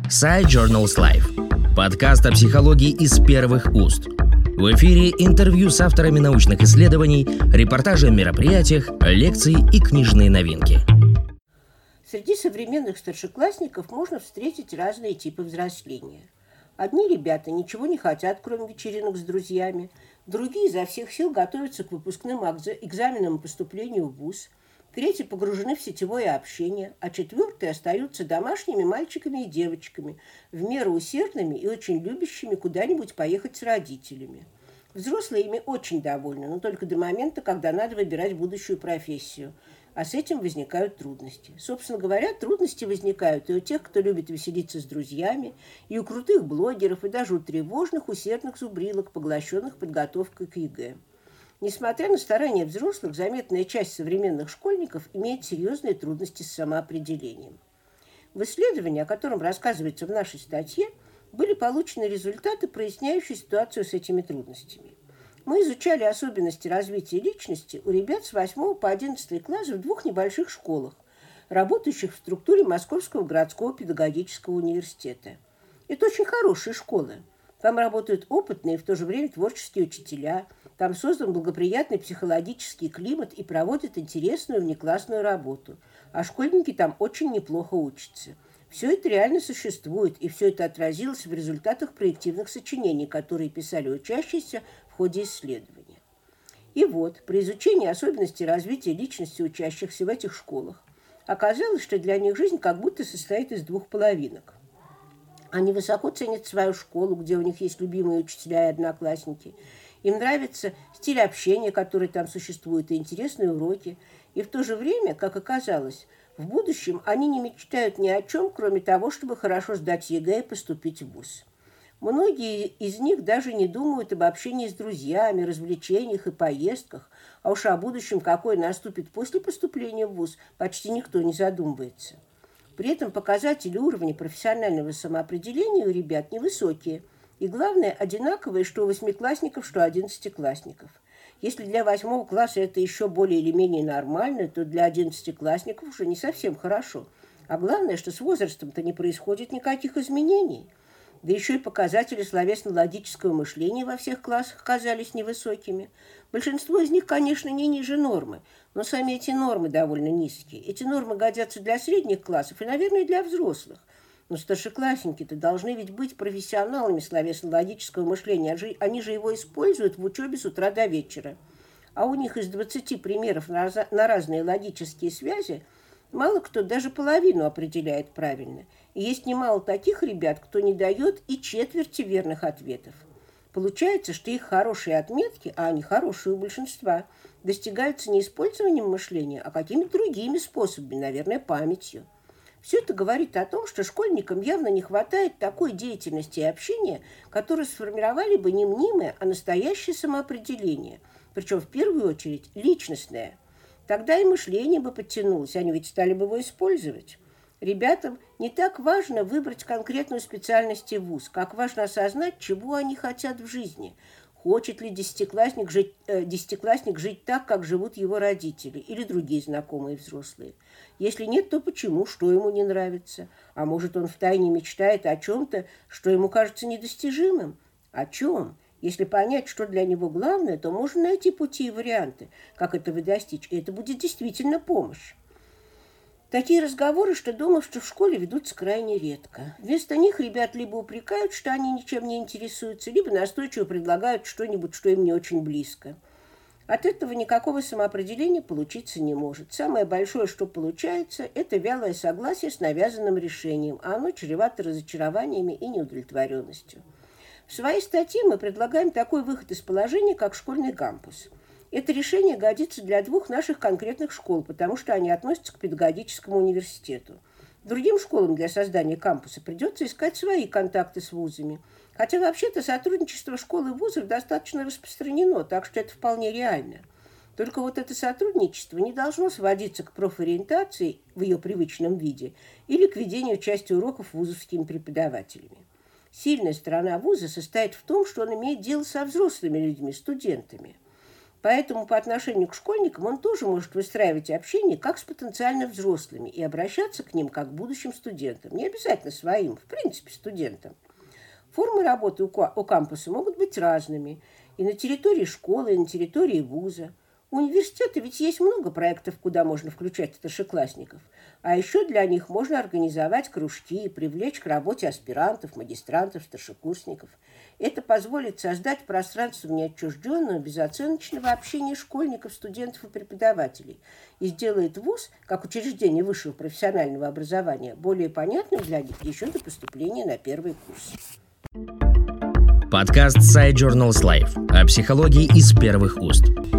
Sci Journals Life. Подкаст о психологии из первых уст. В эфире интервью с авторами научных исследований, репортажи о мероприятиях, лекции и книжные новинки. Среди современных старшеклассников можно встретить разные типы взросления. Одни ребята ничего не хотят, кроме вечеринок с друзьями. Другие изо всех сил готовятся к выпускным экзаменам и поступлению в вуз. Третьи погружены в сетевое общение, а четвертые остаются домашними мальчиками и девочками, в меру усердными и очень любящими куда-нибудь поехать с родителями. Взрослые ими очень довольны, но только до момента, когда надо выбирать будущую профессию. А с этим возникают трудности. Собственно говоря, трудности возникают и у тех, кто любит веселиться с друзьями, и у крутых блогеров, и даже у тревожных, усердных зубрилок, поглощенных подготовкой к ЕГЭ. Несмотря на старания взрослых, заметная часть современных школьников имеет серьезные трудности с самоопределением. В исследовании, о котором рассказывается в нашей статье, были получены результаты, проясняющие ситуацию с этими трудностями. Мы изучали особенности развития личности у ребят с 8 по 11 класс в двух небольших школах, работающих в структуре Московского городского педагогического университета. Это очень хорошие школы. Там работают опытные и в то же время творческие учителя, там создан благоприятный психологический климат и проводят интересную внеклассную работу, а школьники там очень неплохо учатся. Все это реально существует, и все это отразилось в результатах проективных сочинений, которые писали учащиеся в ходе исследования. И вот, при изучении особенностей развития личности учащихся в этих школах, оказалось, что для них жизнь как будто состоит из двух половинок. Они высоко ценят свою школу, где у них есть любимые учителя и одноклассники. Им нравится стиль общения, который там существует, и интересные уроки. И в то же время, как оказалось, в будущем они не мечтают ни о чем, кроме того, чтобы хорошо сдать ЕГЭ и поступить в вуз. Многие из них даже не думают об общении с друзьями, развлечениях и поездках, а уж о будущем, какое наступит после поступления в вуз, почти никто не задумывается. При этом показатели уровня профессионального самоопределения у ребят невысокие. И главное, одинаковые что у восьмиклассников, что у одиннадцатиклассников. Если для 8 класса это еще более или менее нормально, то для одиннадцатиклассников уже не совсем хорошо. А главное, что с возрастом-то не происходит никаких изменений. Да еще и показатели словесно-логического мышления во всех классах оказались невысокими. Большинство из них, конечно, не ниже нормы, но сами эти нормы довольно низкие. Эти нормы годятся для средних классов и, наверное, для взрослых. Но старшеклассники-то должны ведь быть профессионалами словесно-логического мышления. Они же его используют в учебе с утра до вечера. А у них из 20 примеров на разные логические связи мало кто даже половину определяет правильно. И есть немало таких ребят, кто не дает и четверти верных ответов. Получается, что их хорошие отметки, а они хорошие у большинства, достигаются не использованием мышления, а какими-то другими способами, наверное, памятью. Все это говорит о том, что школьникам явно не хватает такой деятельности и общения, которые сформировали бы не мнимое, а настоящее самоопределение, причем в первую очередь личностное. Тогда и мышление бы подтянулось, они ведь стали бы его использовать. Ребятам не так важно выбрать конкретную специальность и вуз, как важно осознать, чего они хотят в жизни. Хочет ли десятиклассник жить так, как живут его родители или другие знакомые взрослые? Если нет, то почему? Что ему не нравится? А может, он втайне мечтает о чем-то, что ему кажется недостижимым? О чем? Если понять, что для него главное, то можно найти пути и варианты, как этого достичь, и это будет действительно помощь. Такие разговоры, что дома, что в школе, ведутся крайне редко. Вместо них ребят либо упрекают, что они ничем не интересуются, либо настойчиво предлагают что-нибудь, что им не очень близко. От этого никакого самоопределения получиться не может. Самое большое, что получается, это вялое согласие с навязанным решением, а оно чревато разочарованиями и неудовлетворенностью. В своей статье мы предлагаем такой выход из положения, как школьный кампус. Это решение годится для двух наших конкретных школ, потому что они относятся к педагогическому университету. Другим школам для создания кампуса придется искать свои контакты с вузами. Хотя вообще-то сотрудничество школ и вузов достаточно распространено, так что это вполне реально. Только вот это сотрудничество не должно сводиться к профориентации в ее привычном виде или к ведению части уроков вузовскими преподавателями. Сильная сторона вуза состоит в том, что он имеет дело со взрослыми людьми, студентами. Поэтому по отношению к школьникам он тоже может выстраивать общение как с потенциально взрослыми и обращаться к ним как к будущим студентам. Не обязательно своим, в принципе, студентам. Формы работы у кампуса могут быть разными. И на территории школы, и на территории вуза. У университета ведь есть много проектов, куда можно включать старшеклассников. А еще для них можно организовать кружки и привлечь к работе аспирантов, магистрантов, старшекурсников. Это позволит создать пространство неотчужденного, безоценочного общения школьников, студентов и преподавателей и сделает вуз, как учреждение высшего профессионального образования, более понятным для них еще до поступления на первый курс. Подкаст Side Journals Life о психологии из первых уст.